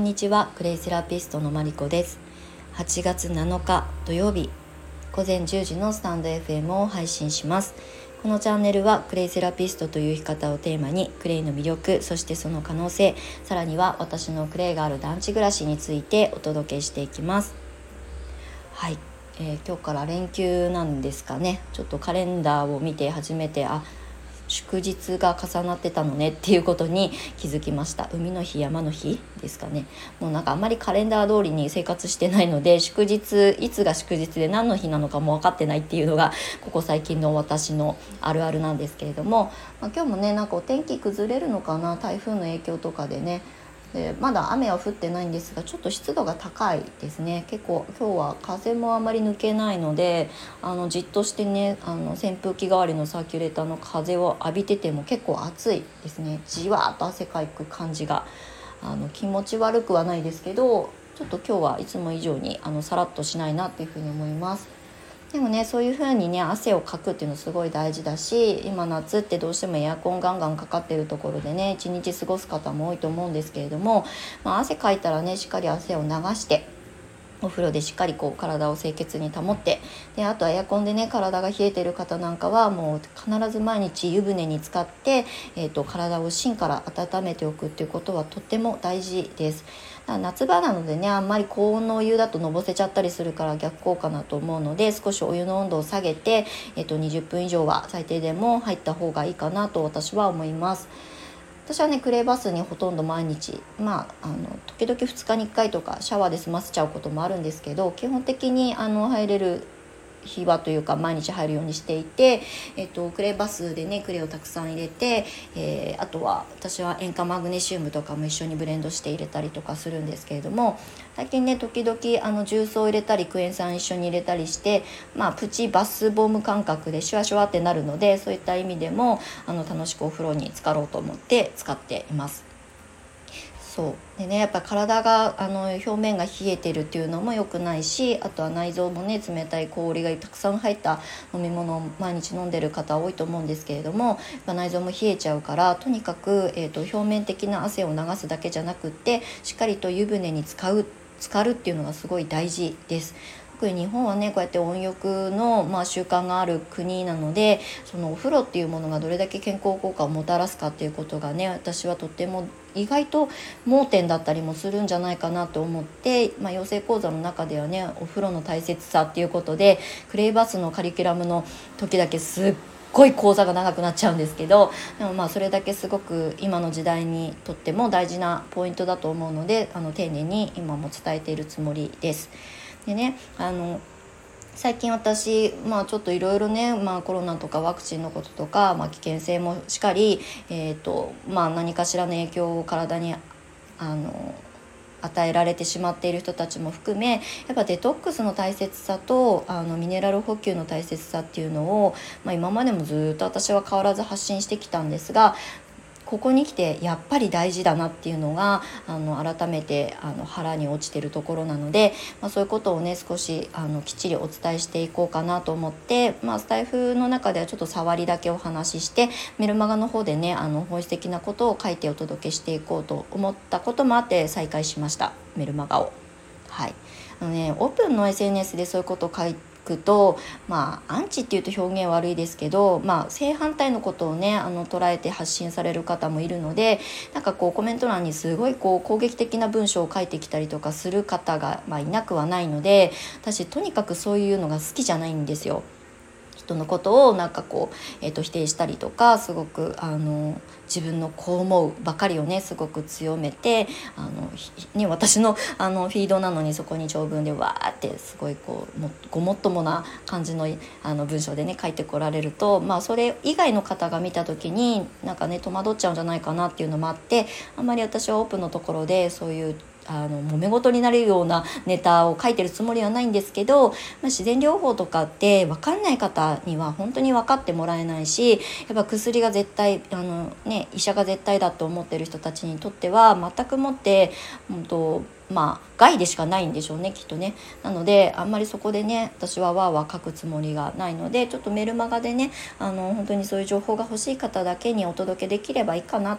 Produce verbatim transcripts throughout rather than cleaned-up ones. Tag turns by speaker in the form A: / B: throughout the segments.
A: にちは、クレイセラピストのマリコです。はちがつなのか土曜日午前じゅうじのスタンド エフエム を配信します。このチャンネルはクレイセラピストという生き方をテーマに、クレイの魅力、そしてその可能性、さらには私のクレイがある団地暮らしについてお届けしていきます。はい、えー、今日から連休なんですかね。ちょっとカレンダーを見て初めてあ祝日が重なってたのねっていうことに気づきました。海の日、山の日ですかね。もうなんかあんまりカレンダー通りに生活してないので、祝日いつが祝日で何の日なのかも分かってないっていうのがここ最近の私のあるあるなんですけれども、まあ、今日もねなんかお天気崩れるのかな、台風の影響とかでね。でまだ雨は降ってないんですが、ちょっと湿度が高いですね。結構今日は風もあまり抜けないので、あのじっとしてね、あの扇風機代わりのサーキュレーターの風を浴びてても結構暑いですね。じわーっと汗かく感じがあの気持ち悪くはないですけど、ちょっと今日はいつも以上にあのさらっとしないなっていうふうに思います。でもね、そういう風にね汗をかくっていうのすごい大事だし、今夏ってどうしてもエアコンガンガンかかってるところでね一日過ごす方も多いと思うんですけれども、まあ、汗かいたらねしっかり汗を流してお風呂でしっかりこう体を清潔に保って、であとはエアコンでね体が冷えてる方なんかはもう必ず毎日湯船に浸かって、えーと、体を芯から温めておくっていうことはとっても大事です。夏場なのでねあんまり高温のお湯だとのぼせちゃったりするから逆効果だと思うので、少しお湯の温度を下げて、えーと、にじゅっぷん以上は最低でも入った方がいいかなと私は思います。私はねクレーバスにほとんど毎日、まあ、あの時々ふつかにいっかいとかシャワーで済ませちゃうこともあるんですけど、基本的にあの入れる日はというか毎日入るようにしていて、えっと、クレーバスでねクレーをたくさん入れて、えー、あとは私は塩化マグネシウムとかも一緒にブレンドして入れたりとかするんですけれども、最近ね時々あの重曹を入れたりクエン酸一緒に入れたりして、まあ、プチバスボム感覚でシュワシュワってなるので、そういった意味でもあの楽しくお風呂に浸かろうと思って使っています。そうでね、やっぱ体があの表面が冷えてるっていうのも良くないし、あとは内臓もね冷たい氷がたくさん入った飲み物を毎日飲んでる方多いと思うんですけれども、内臓も冷えちゃうから、とにかく、えーと、表面的な汗を流すだけじゃなくって、しっかりと湯船に使う浸かるっていうのがすごい大事です。特に日本はねこうやって温浴の、まあ、習慣がある国なので、そのお風呂っていうものがどれだけ健康効果をもたらすかっていうことがね、私はとっても意外と盲点だったりもするんじゃないかなと思って、まあ、養成講座の中ではねお風呂の大切さっていうことで、クレイバスのカリキュラムの時だけすっすごい講座が長くなっちゃうんですけど、でもまあそれだけすごく今の時代にとっても大事なポイントだと思うので、あの丁寧に今も伝えているつもりです。でね、あの最近私、まあ、ちょっといろいろね、まあ、コロナとかワクチンのこととか、まあ、危険性もしっかり、えーとまあ、何かしらの影響を体にあの与えられてしまっている人たちも含め、やっぱデトックスの大切さとあのミネラル補給の大切さっていうのを、まあ、今までもずっと私は変わらず発信してきたんですが、ここに来てやっぱり大事だなっていうのがあの改めてあの腹に落ちてるところなので、まあ、そういうことをね少しあのきっちりお伝えしていこうかなと思って、まあ、スタイフの中ではちょっと触りだけお話しして、メルマガの方でねあの本質的なことを書いてお届けしていこうと思ったこともあって再開しました、メルマガを。はい、あのね、オープンの エスエヌエス でそういうことを書いてくと、まあアンチっていうと表現悪いですけど、まあ正反対のことをねあの捉えて発信される方もいるので、なんかこうコメント欄にすごいこう攻撃的な文章を書いてきたりとかする方が、まあ、いなくはないので、私とにかくそういうのが好きじゃないんですよ。人のことをなんかこう、えー、と否定したりとか、すごくあの自分のこう思うばかりをねすごく強めて、あの、ね、私の、あのフィードなのにそこに長文でわーってすごいこうもごもっともな感じの、あの文章でね書いてこられると、まあ、それ以外の方が見た時になんかね戸惑っちゃうんじゃないかなっていうのもあって、あんまり私はオープンのところでそういうあの揉め事になれるようなネタを書いてるつもりはないんですけど、まあ、自然療法とかって分かんない方には本当に分かってもらえないし、やっぱ薬が絶対あの、ね、医者が絶対だと思ってる人たちにとっては全くもって、本当まあ害でしかないんでしょうね、きっとね。なのであんまりそこでね私はわーわー書くつもりがないので、ちょっとメルマガでねあの本当にそういう情報が欲しい方だけにお届けできればいいかなと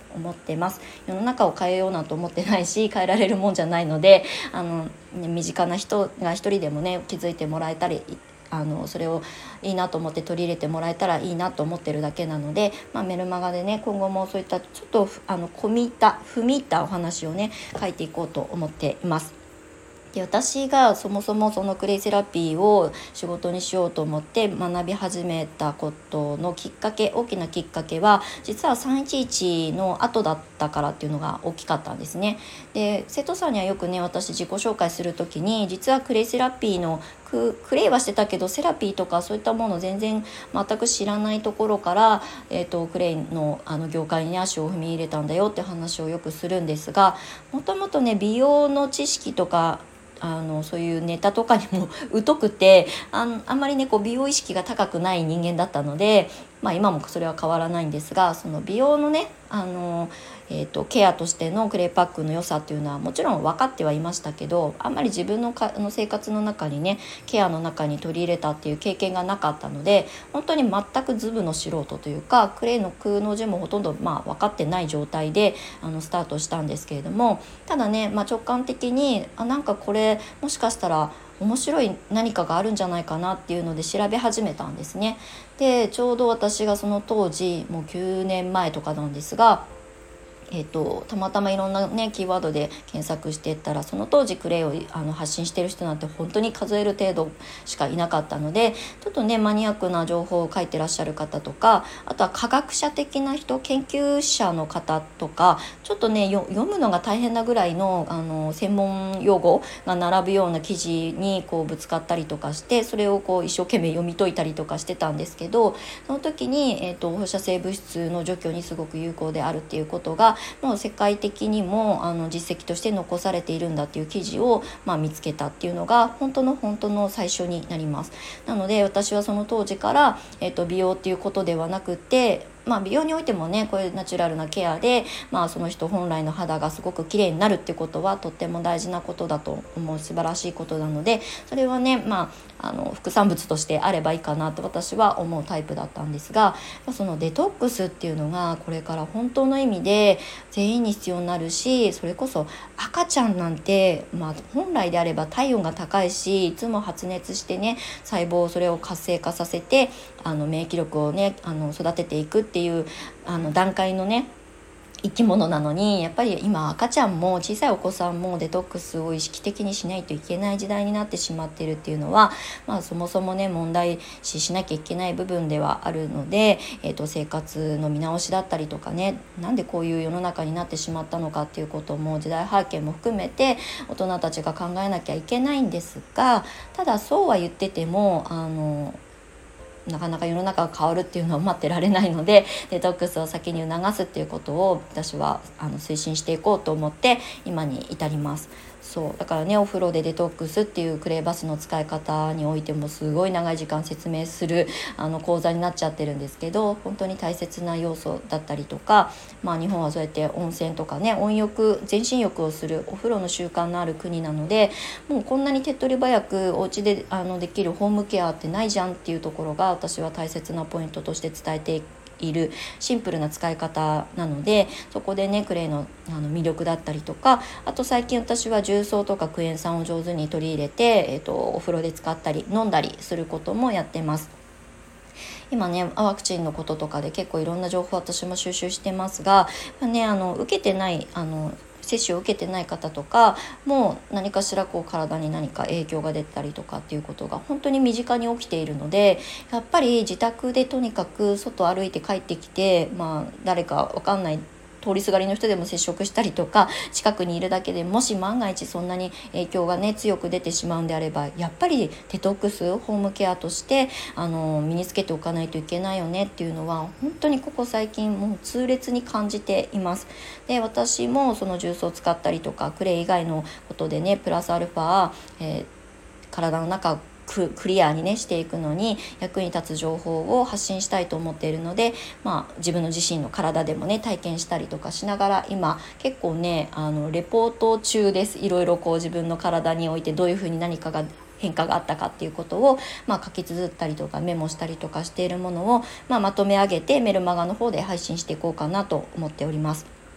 A: 思ってます。世の中を変えようなんて思ってないし、変えられるもんじゃないので、あの、ね、身近な人が一人でもね気づいてもらえたり、あのそれをいいなと思って取り入れてもらえたらいいなと思ってるだけなので、まあ、メルマガでね今後もそういったちょっとあの込み入った踏み入ったお話をね書いていこうと思っています。で、私がそもそもそのクレイセラピーを仕事にしようと思って学び始めたことのきっかけ、大きなきっかけは実はさんいちいちの後だったからっていうのが大きかったんですね。で、生徒さんにはよくね私自己紹介するときに、実はクレイセラピーのク, クレイはしてたけどセラピーとかそういったもの全然全く知らないところから、えー、とクレイ の, あの業界に足を踏み入れたんだよって話をよくするんですが、もともとね美容の知識とかあのそういうネタとかにも疎くて、あんあんまりねこう美容意識が高くない人間だったので、まあ、今もそれは変わらないんですが、その美容のねあの、えーと、ケアとしてのクレイパックの良さっていうのはもちろん分かってはいましたけど、あんまり自分のかの生活の中にねケアの中に取り入れたっていう経験がなかったので、本当に全くズブの素人というか、クレイの空の字もほとんどまあ分かってない状態であのスタートしたんですけれども、ただね、まあ、直感的にあなんかこれもしかしたら面白い何かがあるんじゃないかなっていうので調べ始めたんですね。で、ちょうど私がその当時もうきゅうねんまえとかなんですが、えー、とたまたまいろんな、ね、キーワードで検索していったら、その当時クレイをあの発信している人なんて本当に数える程度しかいなかったので、ちょっとねマニアックな情報を書いてらっしゃる方とか、あとは科学者的な人、研究者の方とか、ちょっとねよ読むのが大変なぐらいの、あの専門用語が並ぶような記事にこうぶつかったりとかして、それをこう一生懸命読み解いたりとかしてたんですけど、その時に、えー、と放射性物質の除去にすごく有効であるっていうことがもう世界的にもあの実績として残されているんだっていう記事を、まあ、見つけたっていうのが本当の本当の最初になります。なので私はその当時から、えー、と美容っていうことではなくて、まあ、美容においてもねこういうナチュラルなケアで、まあ、その人本来の肌がすごく綺麗になるっていうことはとっても大事なことだと思う、素晴らしいことなので、それはね、まあ、あの副産物としてあればいいかなと私は思うタイプだったんですが、そのデトックスっていうのがこれから本当の意味で全員に必要になるし、それこそ赤ちゃんなんて、まあ、本来であれば体温が高いし、いつも発熱してね細胞それを活性化させてあの免疫力をねあの育てていくっていうあの段階のね生き物なのに、やっぱり今赤ちゃんも小さいお子さんもデトックスを意識的にしないといけない時代になってしまっているっていうのは、まあ、そもそもね問題視しなきゃいけない部分ではあるので、えーと、生活の見直しだったりとかね、なんでこういう世の中になってしまったのかっていうことも時代背景も含めて大人たちが考えなきゃいけないんですが、ただそうは言っててもあのなかなか世の中が変わるっていうのは待ってられないので、デトックスを先に促すっていうことを私はあの推進していこうと思って今に至ります。そうだからね、お風呂でデトックスっていうクレイバスの使い方においてもすごい長い時間説明するあの講座になっちゃってるんですけど、本当に大切な要素だったりとか、まあ、日本はそうやって温泉とかね温浴全身浴をするお風呂の習慣のある国なので、もうこんなに手っ取り早くお家であのできるホームケアってないじゃんっていうところが私は大切なポイントとして伝えていいるシンプルな使い方なので、そこでねクレイの、あの魅力だったりとか、あと最近私は重曹とかクエン酸を上手に取り入れて、えーと、お風呂で使ったり飲んだりすることもやってます。今ねワクチンのこととかで結構いろんな情報私も収集してますが、ね、あの受けてないあの接種を受けてない方とかもう何かしらこう体に何か影響が出たりとかっていうことが本当に身近に起きているので、やっぱり自宅でとにかく外歩いて帰ってきて、まあ誰か分かんない通りすがりの人でも接触したりとか、近くにいるだけでもし万が一そんなに影響がね強く出てしまうんであれば、やっぱりデトックスホームケアとしてあの身につけておかないといけないよねっていうのは本当にここ最近もう痛烈に感じています。で、私もその重曹を使ったりとかクレイ以外のことでねプラスアルファ、えー、体の中クリアにねしていくのに役に立つ情報を発信したいと思っているので、まあ、自分の自身の体でもね体験したりとかしながら今結構ねあのレポート中です。いろいろこう自分の体においてどういうふうに何かが変化があったかっていうことを、まあ、書き綴ったりとかメモしたりとかしているものを、まあ、まとめ上げてメルマガの方で配信していこうかなと思っております。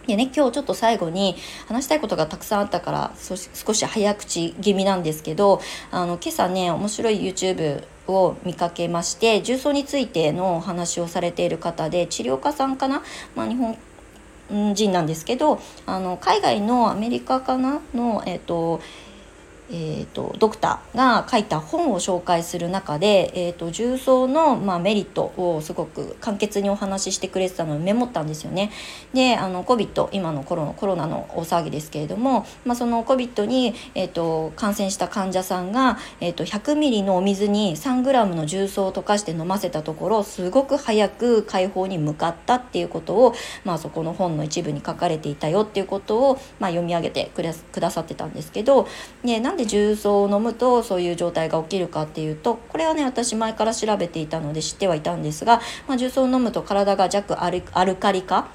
A: でね、今日ちょっと最後に話したいことがたくさんあったから少し少し早口気味なんですけど、あの今朝ね面白い YouTube を見かけまして、重曹についてのお話をされている方で、治療家さんかな、まあ、日本人なんですけど、あの海外のアメリカかなの、えっとえーと、ドクターが書いた本を紹介する中で、えーと、重曹の、まあ、メリットをすごく簡潔にお話ししてくれてたのをメモったんですよね。で、あの COVID 今のコロナ、コロナの大騒ぎですけれども、まあ、その COVID に、えーと、感染した患者さんが、えーと、ひゃくミリのお水にさんグラムの重曹を溶かして飲ませたところ、すごく早く解放に向かったっていうことを、まあ、そこの本の一部に書かれていたよっていうことを、まあ、読み上げてくだ、くださってたんですけど、ね、なんで重曹を飲むとそういう状態が起きるかっていうと、これはね私前から調べていたので知ってはいたんですが、まあ、重曹を飲むと体が弱アル、アルカリ化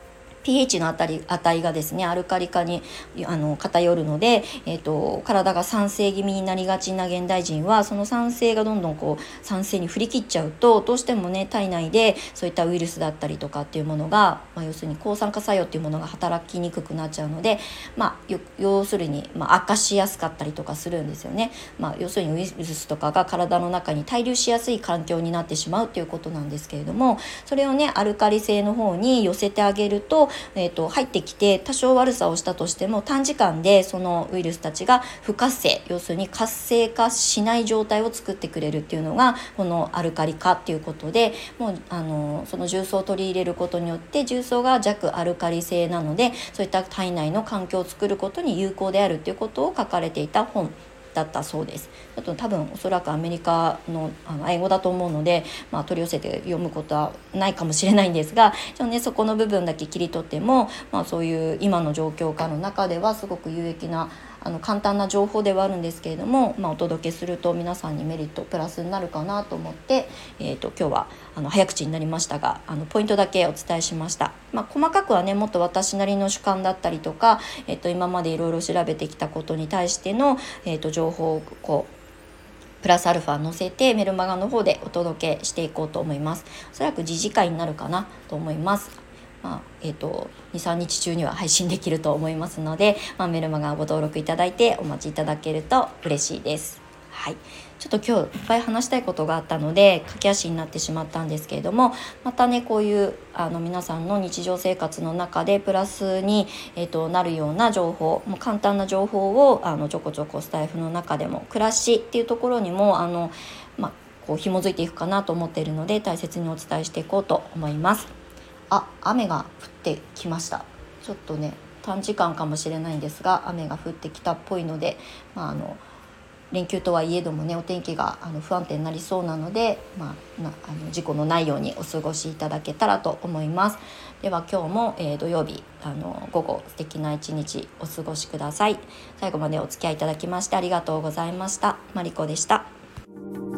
A: pH のあたり値がですねアルカリ化にあの偏るので、えーと、体が酸性気味になりがちな現代人は、その酸性がどんどんこう酸性に振り切っちゃうと、どうしてもね体内でそういったウイルスだったりとかっていうものが、まあ、要するに抗酸化作用っていうものが働きにくくなっちゃうので、まあ、要するに、まあ、悪化しやすかったりとかするんですよね。まあ、要するにウイルスとかが体の中に滞留しやすい環境になってしまうっていうことなんですけれども、それをねアルカリ性の方に寄せてあげると、えーと、入ってきて多少悪さをしたとしても短時間でそのウイルスたちが不活性、要するに活性化しない状態を作ってくれるっていうのがこのアルカリ化っていうことで、もうあのその重曹を取り入れることによって重曹が弱アルカリ性なので、そういった体内の環境を作ることに有効であるっていうことを書かれていた本だったそうです。あと多分おそらくアメリカ の, あの英語だと思うので、まあ、取り寄せて読むことはないかもしれないんですが、ちょ、ね、そこの部分だけ切り取っても、まあ、そういう今の状況下の中ではすごく有益なあの簡単な情報ではあるんですけれども、まあ、お届けすると皆さんにメリットプラスになるかなと思って、えー、と今日はあの早口になりましたが、あのポイントだけお伝えしました。まあ、細かくはねもっと私なりの主観だったりとか、えー、と今までいろいろ調べてきたことに対しての、えー、と情報をこうプラスアルファ載せてメルマガの方でお届けしていこうと思います。おそらく次次回になるかなと思います。まあえー、とにさんにち中には配信できると思いますので、まあ、メルマガご登録いただいてお待ちいただけると嬉しいです。はい、ちょっと今日いっぱい話したいことがあったので駆け足になってしまったんですけれども、またねこういうあの皆さんの日常生活の中でプラスに、えー、となるような情報、もう簡単な情報をあのちょこちょこスタイフの中でも暮らしっていうところにもあの、まあ、こう紐づいていくかなと思っているので、大切にお伝えしていこうと思います。あ、雨が降ってきました。ちょっとね短時間かもしれないんですが雨が降ってきたっぽいので、まあ、あの連休とはいえどもねお天気があの不安定になりそうなので、まあ、なあの事故のないようにお過ごしいただけたらと思います。では今日も、えー、土曜日あの午後素敵な一日お過ごしください。最後までお付き合いいただきましてありがとうございました。マリコでした。